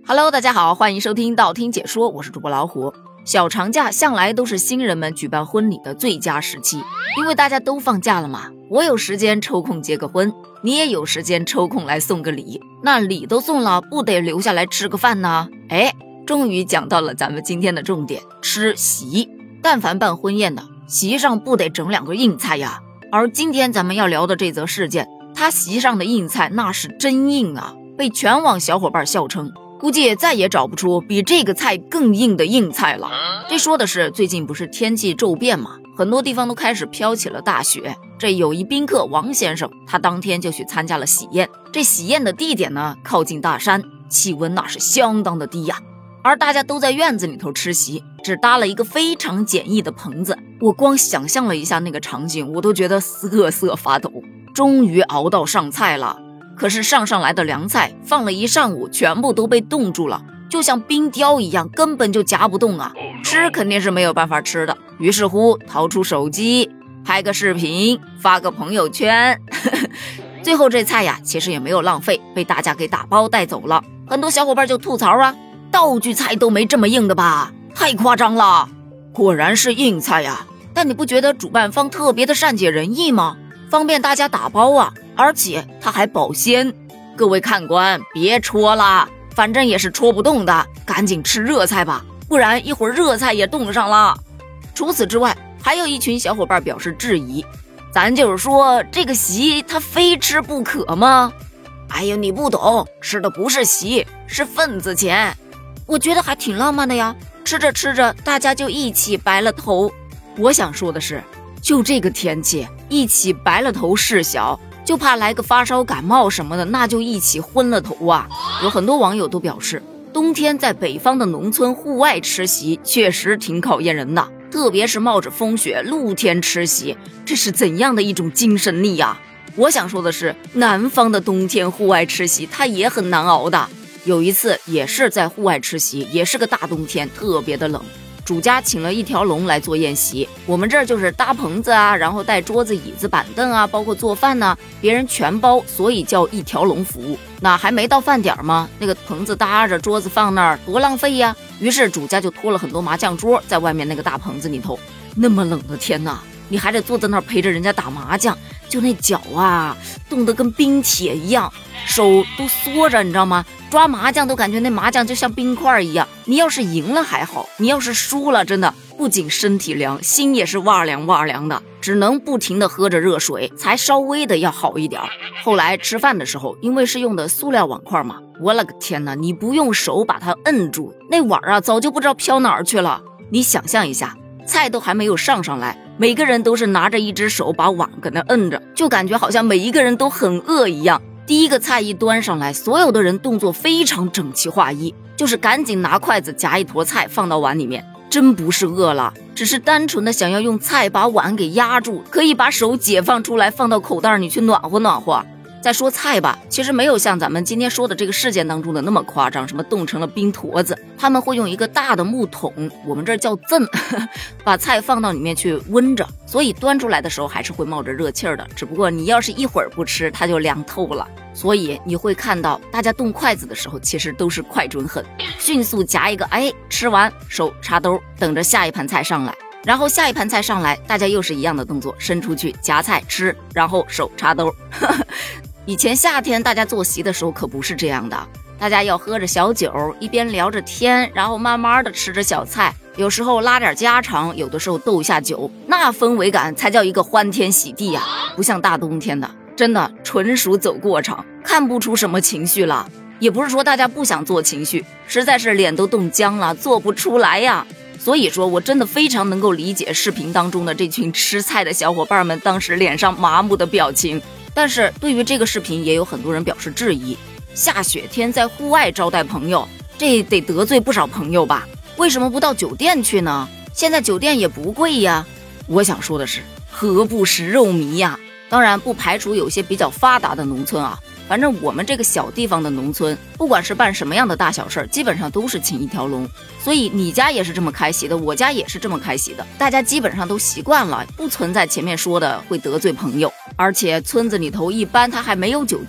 Hello， 大家好，欢迎收听道听解说，我是主播老虎。小长假向来都是新人们举办婚礼的最佳时期，因为大家都放假了嘛，我有时间抽空结个婚，你也有时间抽空来送个礼，那礼都送了，不得留下来吃个饭呢？终于讲到了咱们今天的重点，吃席。但凡办婚宴的，席上不得整两个硬菜呀。而今天咱们要聊的这则事件，他席上的硬菜那是真硬啊，被全网小伙伴笑称，估计也再也找不出比这个菜更硬的硬菜了。这说的是最近不是天气骤变吗？很多地方都开始飘起了大雪。这有一宾客王先生，他当天就去参加了喜宴。这喜宴的地点呢，靠近大山，气温那是相当的低呀。而大家都在院子里头吃席，只搭了一个非常简易的棚子。我光想象了一下那个场景，我都觉得瑟瑟发抖。终于熬到上菜了，可是上来的凉菜放了一上午，全部都被冻住了，就像冰雕一样，根本就夹不动啊！吃肯定是没有办法吃的，于是乎掏出手机拍个视频，发个朋友圈。最后这菜呀，其实也没有浪费，被大家给打包带走了。很多小伙伴就吐槽啊，道具菜都没这么硬的吧，太夸张了。果然是硬菜呀，但你不觉得主办方特别的善解人意吗？方便大家打包啊，而且它还保鲜。各位看官别戳啦，反正也是戳不动的，赶紧吃热菜吧，不然一会儿热菜也冻上了。除此之外，还有一群小伙伴表示质疑，咱就是说这个席它非吃不可吗？哎呦，你不懂，吃的不是席，是份子钱。我觉得还挺浪漫的呀，吃着吃着大家就一起白了头。我想说的是，就这个天气一起白了头事小，就怕来个发烧感冒什么的，那就一起昏了头啊。有很多网友都表示，冬天在北方的农村户外吃席确实挺考验人的，特别是冒着风雪露天吃席，这是怎样的一种精神力啊。我想说的是，南方的冬天户外吃席它也很难熬的。有一次也是在户外吃席，也是个大冬天，特别的冷，主家请了一条龙来做宴席。我们这儿就是搭棚子啊，然后带桌子椅子板凳啊，包括做饭啊，别人全包，所以叫一条龙服务。那还没到饭点吗？那个棚子搭着，桌子放那儿，多浪费呀。于是主家就拖了很多麻将桌在外面那个大棚子里头。那么冷的天哪，你还得坐在那儿陪着人家打麻将，就那脚啊冻得跟冰铁一样，手都缩着，你知道吗？抓麻将都感觉那麻将就像冰块一样。你要是赢了还好，你要是输了，真的不仅身体凉，心也是哇凉哇凉的，只能不停的喝着热水才稍微的要好一点。后来吃饭的时候，因为是用的塑料碗筷嘛，我了个天哪，你不用手把它摁住，那碗啊早就不知道飘哪儿去了。你想象一下，菜都还没有上来，每个人都是拿着一只手把碗搁那摁着，就感觉好像每一个人都很饿一样。第一个菜一端上来，所有的人动作非常整齐划一，就是赶紧拿筷子夹一坨菜放到碗里面。真不是饿了，只是单纯的想要用菜把碗给压住，可以把手解放出来放到口袋里去暖和暖和。再说菜吧，其实没有像咱们今天说的这个事件当中的那么夸张，什么冻成了冰坨子。他们会用一个大的木桶，我们这叫甑，把菜放到里面去温着，所以端出来的时候还是会冒着热气的，只不过你要是一会儿不吃，它就凉透了。所以你会看到大家动筷子的时候其实都是快准狠，迅速夹一个，吃完手插兜，等着下一盘菜上来。然后下一盘菜上来，大家又是一样的动作，伸出去夹菜吃，然后手插兜。以前夏天大家坐席的时候可不是这样的，大家要喝着小酒，一边聊着天，然后慢慢的吃着小菜，有时候拉点家常，有的时候斗一下酒，那氛围感才叫一个欢天喜地啊！不像大冬天的，真的纯属走过场，看不出什么情绪了。也不是说大家不想做情绪，实在是脸都冻僵了，做不出来呀。所以说我真的非常能够理解视频当中的这群吃菜的小伙伴们当时脸上麻木的表情。但是对于这个视频也有很多人表示质疑，下雪天在户外招待朋友，这得得罪不少朋友吧？为什么不到酒店去呢？现在酒店也不贵呀。我想说的是，何不食肉糜呀？当然不排除有些比较发达的农村啊，反正我们这个小地方的农村，不管是办什么样的大小事，基本上都是请一条龙。所以你家也是这么开席的，我家也是这么开席的，大家基本上都习惯了，不存在前面说的会得罪朋友。而且村子里头一般它还没有酒店，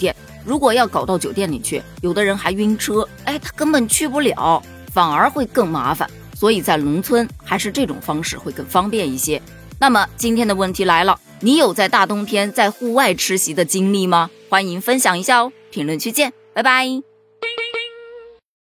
如果要搞到酒店里去，有的人还晕车，他根本去不了，反而会更麻烦。所以在农村还是这种方式会更方便一些。那么今天的问题来了，你有在大冬天在户外吃席的经历吗？欢迎分享一下哦，评论区见，拜拜。